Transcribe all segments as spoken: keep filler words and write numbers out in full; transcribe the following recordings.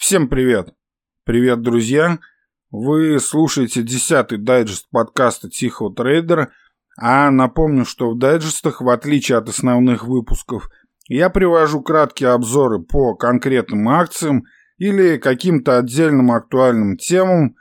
Всем привет! Привет, друзья! Вы слушаете десятый дайджест подкаста Тихого Трейдера, а напомню, что в дайджестах, в отличие от основных выпусков, я привожу краткие обзоры по конкретным акциям или каким-то отдельным актуальным темам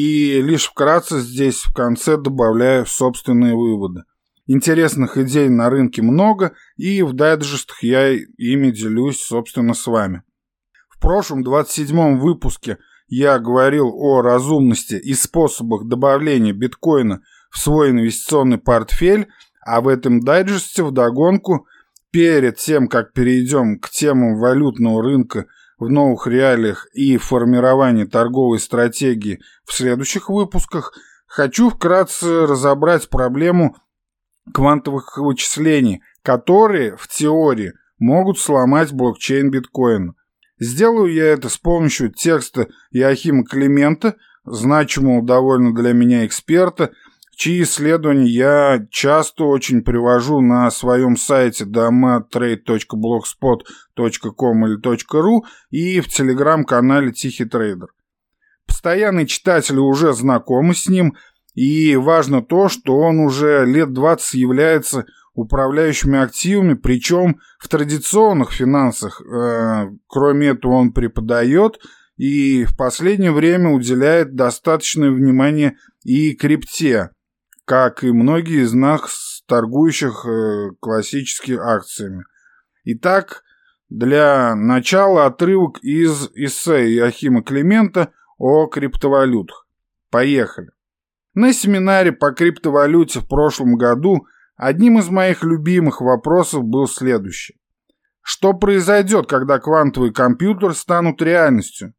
и лишь вкратце здесь в конце добавляю собственные выводы. Интересных идей на рынке много, и в дайджестах я ими делюсь, собственно, с вами. В прошлом двадцать седьмом выпуске я говорил о разумности и способах добавления биткоина в свой инвестиционный портфель, а в этом дайджесте вдогонку, перед тем, как перейдем к темам валютного рынка в новых реалиях и формирования торговой стратегии в следующих выпусках, хочу вкратце разобрать проблему квантовых вычислений, которые в теории могут сломать блокчейн биткоина. Сделаю я это с помощью текста Иоахима Климента, значимого довольно для меня эксперта, чьи исследования я часто очень привожу на своем сайте даматрейд точка блогспот точка ком или .ру и в телеграм-канале Тихий Трейдер. Постоянные читатели уже знакомы с ним, и важно то, что он уже лет двадцать является управляющими активами, причем в традиционных финансах. Э, кроме этого, он преподает и в последнее время уделяет достаточное внимание и крипте, как и многие из нас, торгующих э, классическими акциями. Итак, для начала отрывок из эссе Иоахима Климента о криптовалютах. Поехали. На семинаре по криптовалюте в прошлом году одним из моих любимых вопросов был следующий. Что произойдет, когда квантовые компьютеры станут реальностью?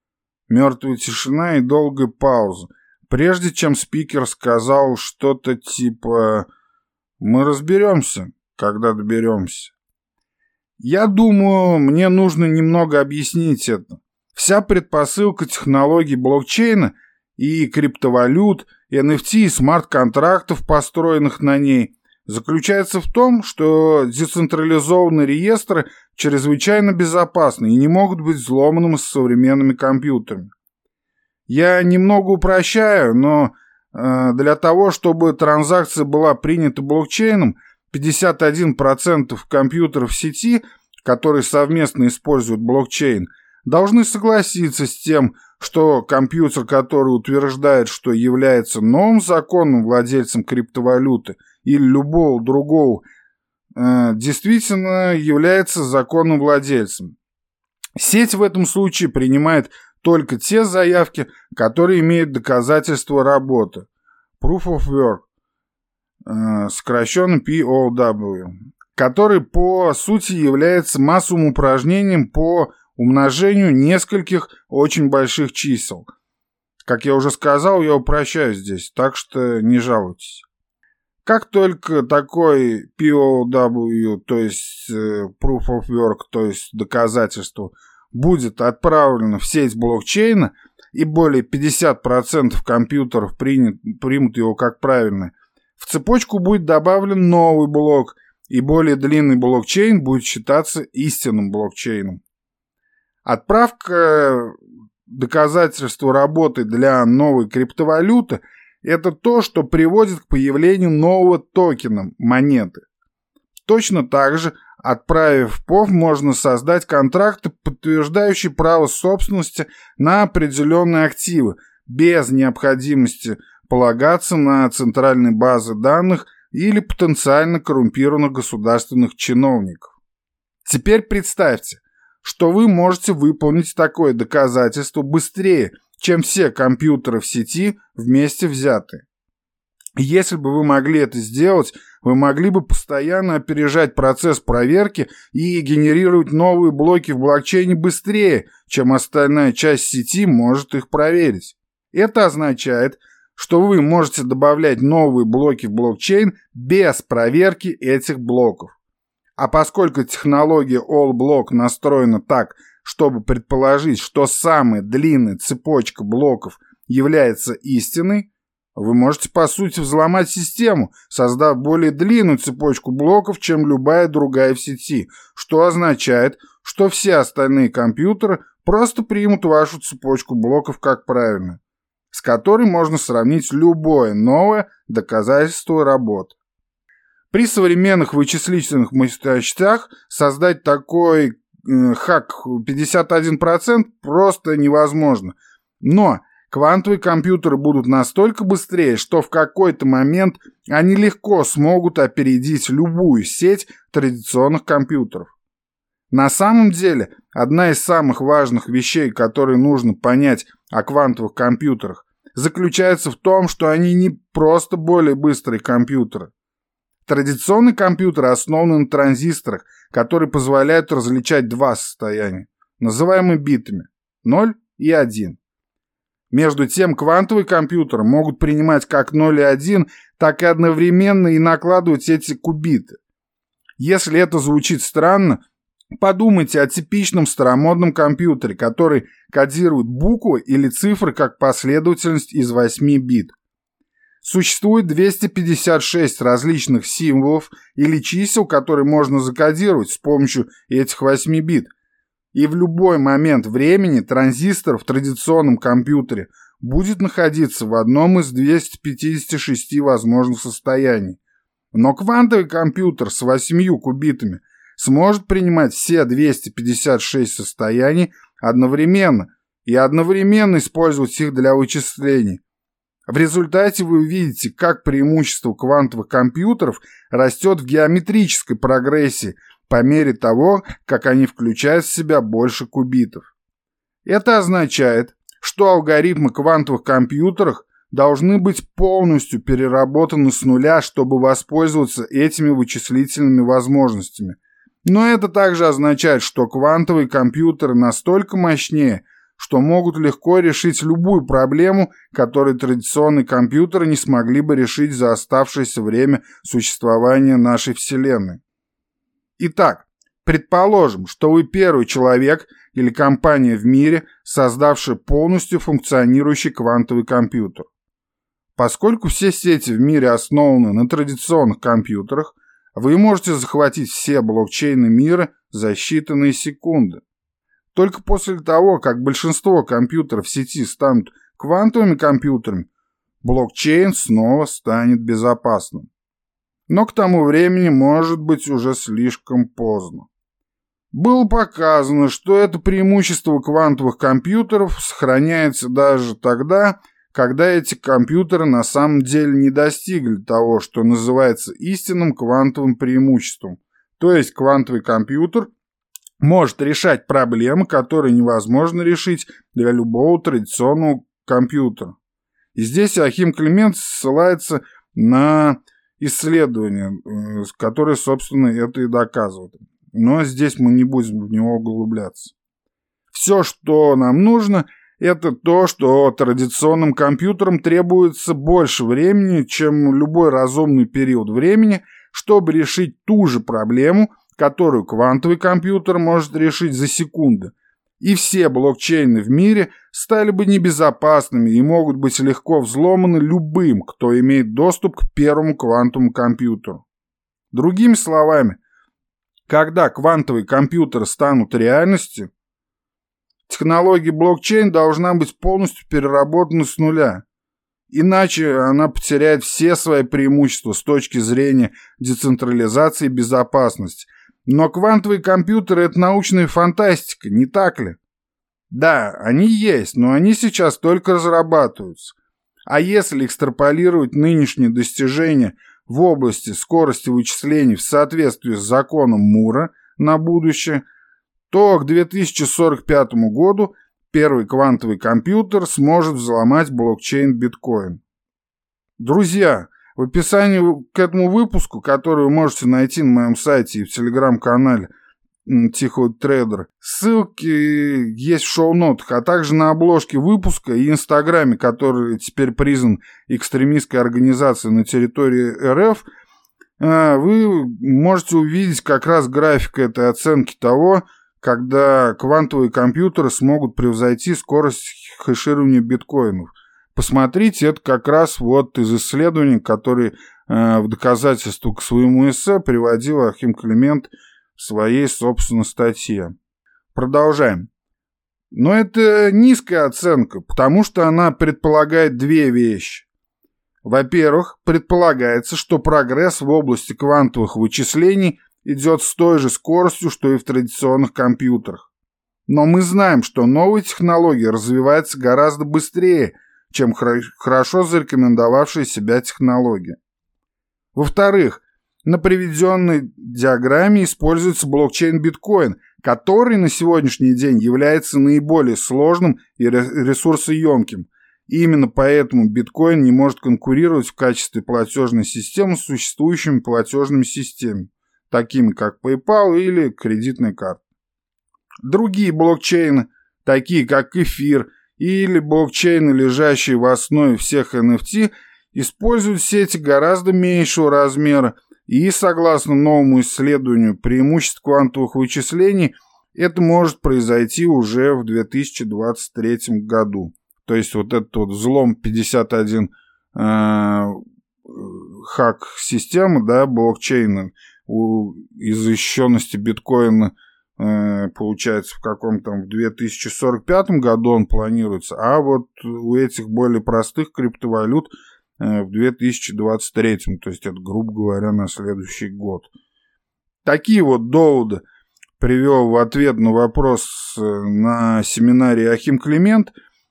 Мертвая тишина и долгая пауза, прежде чем спикер сказал что-то типа «Мы разберемся, когда доберемся». Я думаю, мне нужно немного объяснить это. Вся предпосылка технологий блокчейна и криптовалют, эн эф ти и смарт-контрактов, построенных на ней, заключается в том, что децентрализованные реестры чрезвычайно безопасны и не могут быть взломанными с современными компьютерами. Я немного упрощаю, но э, для того, чтобы транзакция была принята блокчейном, пятьдесят один процент компьютеров в сети, которые совместно используют блокчейн, должны согласиться с тем, что компьютер, который утверждает, что является новым законным владельцем криптовалюты или любого другого, э, действительно является законным владельцем. Сеть в этом случае принимает только те заявки, которые имеют доказательства работы. Proof of Work, э, сокращенно пи о дабл ю, который по сути является массовым упражнением по умножению нескольких очень больших чисел. Как я уже сказал, я упрощаю здесь, так что не жалуйтесь. Как только такой пи о дабл ю, то есть Proof of Work, то есть доказательство, будет отправлено в сеть блокчейна, и более пятьдесят процентов компьютеров принят, примут его как правильное, в цепочку будет добавлен новый блок, и более длинный блокчейн будет считаться истинным блокчейном. Отправка доказательства работы для новой криптовалюты – это то, что приводит к появлению нового токена монеты. Точно так же, отправив пи о ви, можно создать контракты, подтверждающие право собственности на определенные активы, без необходимости полагаться на центральные базы данных или потенциально коррумпированных государственных чиновников. Теперь представьте, что вы можете выполнить такое доказательство быстрее, чем все компьютеры в сети вместе взятые. Если бы вы могли это сделать, вы могли бы постоянно опережать процесс проверки и генерировать новые блоки в блокчейне быстрее, чем остальная часть сети может их проверить. Это означает, что вы можете добавлять новые блоки в блокчейн без проверки этих блоков. А поскольку технология All Block настроена так, чтобы предположить, что самая длинная цепочка блоков является истинной, вы можете, по сути, взломать систему, создав более длинную цепочку блоков, чем любая другая в сети, что означает, что все остальные компьютеры просто примут вашу цепочку блоков как правильную, с которой можно сравнить любое новое доказательство работы. При современных вычислительных мощностях создать такой э, хак пятьдесят один процент просто невозможно. Но квантовые компьютеры будут настолько быстрее, что в какой-то момент они легко смогут опередить любую сеть традиционных компьютеров. На самом деле, одна из самых важных вещей, которые нужно понять о квантовых компьютерах, заключается в том, что они не просто более быстрые компьютеры. Традиционный компьютер основан на транзисторах, которые позволяют различать два состояния, называемые битами – ноль и один. Между тем, квантовые компьютеры могут принимать как ноль и один, так и одновременно и накладывать эти кубиты. Если это звучит странно, подумайте о типичном старомодном компьютере, который кодирует буквы или цифры как последовательность из восьми бит. Существует двести пятьдесят шесть различных символов или чисел, которые можно закодировать с помощью этих восьми бит. И в любой момент времени транзистор в традиционном компьютере будет находиться в одном из двухсот пятидесяти шести возможных состояний. Но квантовый компьютер с восьмью кубитами сможет принимать все двести пятьдесят шесть состояний одновременно и одновременно использовать их для вычислений. В результате вы увидите, как преимущество квантовых компьютеров растет в геометрической прогрессии по мере того, как они включают в себя больше кубитов. Это означает, что алгоритмы квантовых компьютеров должны быть полностью переработаны с нуля, чтобы воспользоваться этими вычислительными возможностями. Но это также означает, что квантовые компьютеры настолько мощнее, что могут легко решить любую проблему, которую традиционные компьютеры не смогли бы решить за оставшееся время существования нашей Вселенной. Итак, предположим, что вы первый человек или компания в мире, создавшая полностью функционирующий квантовый компьютер. Поскольку все сети в мире основаны на традиционных компьютерах, вы можете захватить все блокчейны мира за считанные секунды. Только после того, как большинство компьютеров в сети станут квантовыми компьютерами, блокчейн снова станет безопасным. Но к тому времени может быть уже слишком поздно. Было показано, что это преимущество квантовых компьютеров сохраняется даже тогда, когда эти компьютеры на самом деле не достигли того, что называется истинным квантовым преимуществом. То есть квантовый компьютер может решать проблемы, которые невозможно решить для любого традиционного компьютера. И здесь Ахим Климент ссылается на исследования, которые, собственно, это и доказывают. Но здесь мы не будем в него углубляться. Все, что нам нужно, это то, что традиционным компьютерам требуется больше времени, чем любой разумный период времени, чтобы решить ту же проблему, которую квантовый компьютер может решить за секунды. И все блокчейны в мире стали бы небезопасными и могут быть легко взломаны любым, кто имеет доступ к первому квантовому компьютеру. Другими словами, когда квантовые компьютеры станут реальностью, технология блокчейн должна быть полностью переработана с нуля. Иначе она потеряет все свои преимущества с точки зрения децентрализации и безопасности. Но квантовые компьютеры – это научная фантастика, не так ли? Да, они есть, но они сейчас только разрабатываются. А если экстраполировать нынешние достижения в области скорости вычислений в соответствии с законом Мура на будущее, то к две тысячи сорок пятому году первый квантовый компьютер сможет взломать блокчейн биткоин. Друзья, в описании к этому выпуску, который вы можете найти на моем сайте и в телеграм-канале Тихого Трейдера, ссылки есть в шоу-нотах, а также на обложке выпуска и инстаграме, который теперь признан экстремистской организацией на территории эр эф, вы можете увидеть как раз график этой оценки того, когда квантовые компьютеры смогут превзойти скорость хэширования биткоинов. Посмотрите, это как раз вот из исследований, которые э, в доказательство к своему эссе приводил Ахим Климент в своей собственной статье. Продолжаем. Но это низкая оценка, потому что она предполагает две вещи. Во-первых, предполагается, что прогресс в области квантовых вычислений идет с той же скоростью, что и в традиционных компьютерах. Но мы знаем, что новые технологии развиваются гораздо быстрее, чем хорошо зарекомендовавшие себя технологии. Во-вторых, на приведенной диаграмме используется блокчейн биткоин, который на сегодняшний день является наиболее сложным и ресурсоемким. И именно поэтому биткоин не может конкурировать в качестве платежной системы с существующими платежными системами, такими как PayPal или кредитная карта. Другие блокчейны, такие как эфир или блокчейны, лежащие в основе всех эн эф ти, используют сети гораздо меньшего размера, и, согласно новому исследованию преимуществ квантовых вычислений, это может произойти уже в две тысячи двадцать третьем году. То есть вот этот вот взлом пятьдесят один э, хак системы, да, блокчейна, у, из защищенности биткоина, э, получается, в каком-то в две тысячи сорок пятом году он планируется, а вот у этих более простых криптовалют в две тысячи двадцать третьем, то есть это, грубо говоря, на следующий год. Такие вот доводы привел в ответ на вопрос на семинаре Ахим Климент.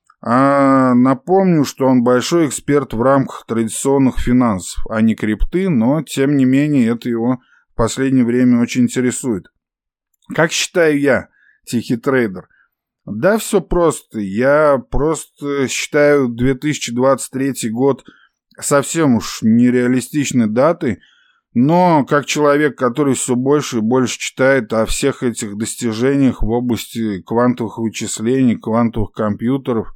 А напомню, что он большой эксперт в рамках традиционных финансов, а не крипты, но, тем не менее, это его в последнее время очень интересует. Как считаю я, тихий трейдер? Да, все просто. Я просто считаю две тысячи двадцать третий год совсем уж нереалистичной датой, но как человек, который все больше и больше читает о всех этих достижениях в области квантовых вычислений, квантовых компьютеров,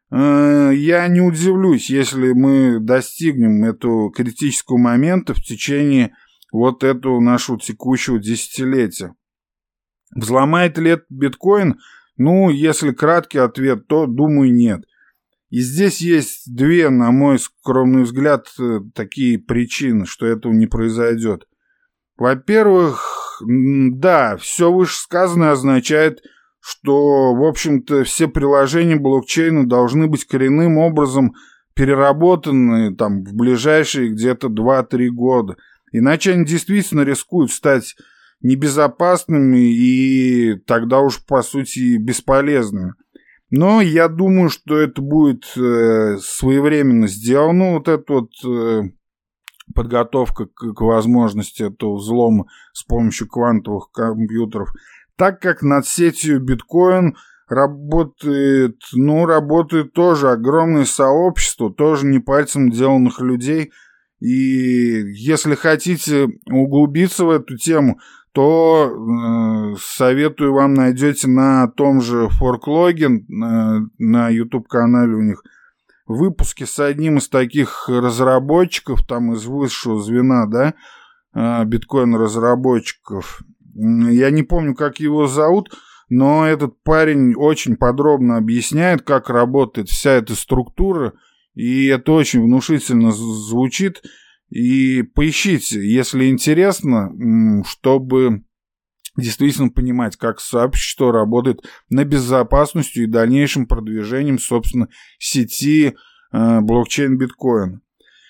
э, я не удивлюсь, если мы достигнем этого критического момента в течение вот этого нашего текущего десятилетия. Взломает ли это биткоин? Ну, если краткий ответ, то, думаю, нет. И здесь есть две, на мой скромный взгляд, такие причины, что этого не произойдет. Во-первых, да, все вышесказанное означает, что, в общем-то, все приложения блокчейна должны быть коренным образом переработаны там, в ближайшие где-то два-три года. Иначе они действительно рискуют стать небезопасными и тогда уж, по сути, бесполезными. Но я думаю, что это будет э, своевременно сделано, вот эта вот э, подготовка к, к возможности этого взлома с помощью квантовых компьютеров, так как над сетью биткоин работает, ну, работает тоже огромное сообщество, тоже не пальцем деланных людей, и если хотите углубиться в эту тему, то э, советую вам, найдете на том же Forklogin, э, на YouTube-канале у них, выпуски с одним из таких разработчиков, там из высшего звена, да, э, биткоин-разработчиков. Я не помню, как его зовут, но этот парень очень подробно объясняет, как работает вся эта структура, и это очень внушительно звучит. И поищите, если интересно, чтобы действительно понимать, как сообщество работает над безопасностью и дальнейшим продвижением, собственно, сети э, блокчейн биткоина.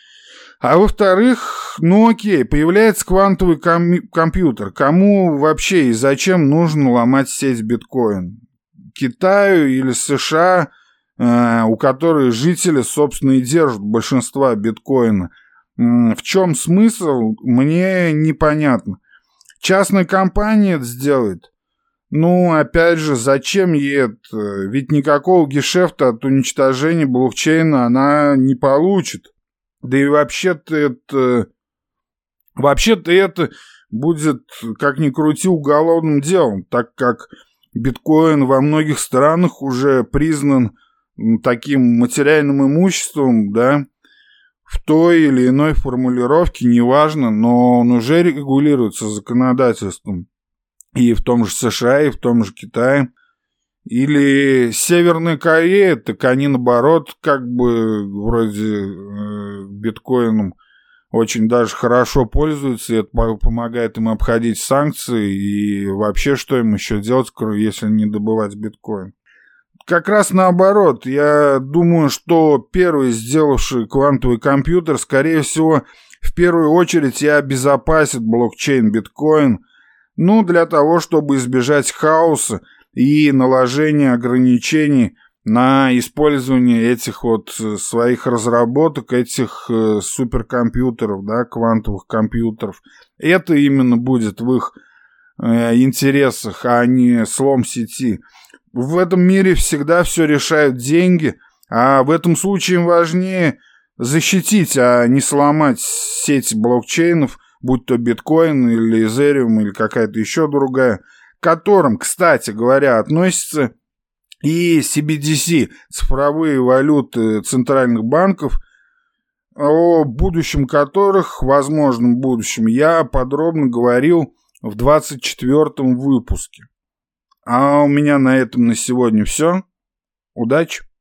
А во-вторых, ну окей, появляется квантовый ком- компьютер. Кому вообще и зачем нужно ломать сеть биткоин? Китаю или США, э, у которых жители, собственно, и держат большинство биткоина? В чем смысл, мне непонятно. Частная компания это сделает. Ну, опять же, зачем ей это? Ведь никакого гешефта от уничтожения блокчейна она не получит. Да и вообще-то это... Вообще-то это будет, как ни крути, уголовным делом, так как биткоин во многих странах уже признан таким материальным имуществом, да, в той или иной формулировке, неважно, но он уже регулируется законодательством и в том же США, и в том же Китае. Или Северная Корея, так они, наоборот, как бы вроде э, биткоином очень даже хорошо пользуются, и это помогает им обходить санкции, и вообще что им еще делать, если не добывать биткоин. как раз наоборот. Я думаю, что первый, сделавший квантовый компьютер, скорее всего, в первую очередь и обезопасит блокчейн биткоин, ну, для того, чтобы избежать хаоса и наложения ограничений на использование этих вот своих разработок, этих э, суперкомпьютеров, да, квантовых компьютеров. Это именно будет в их э, интересах, а не слом сети. В этом мире всегда все решают деньги, а в этом случае важнее защитить, а не сломать сеть блокчейнов, будь то биткоин или эзериум или какая-то еще другая, к которым, кстати говоря, относится и си би ди си, цифровые валюты центральных банков, о будущем которых, возможном будущем, я подробно говорил в двадцать четвёртом выпуске. А у меня на этом на сегодня все. Удачи!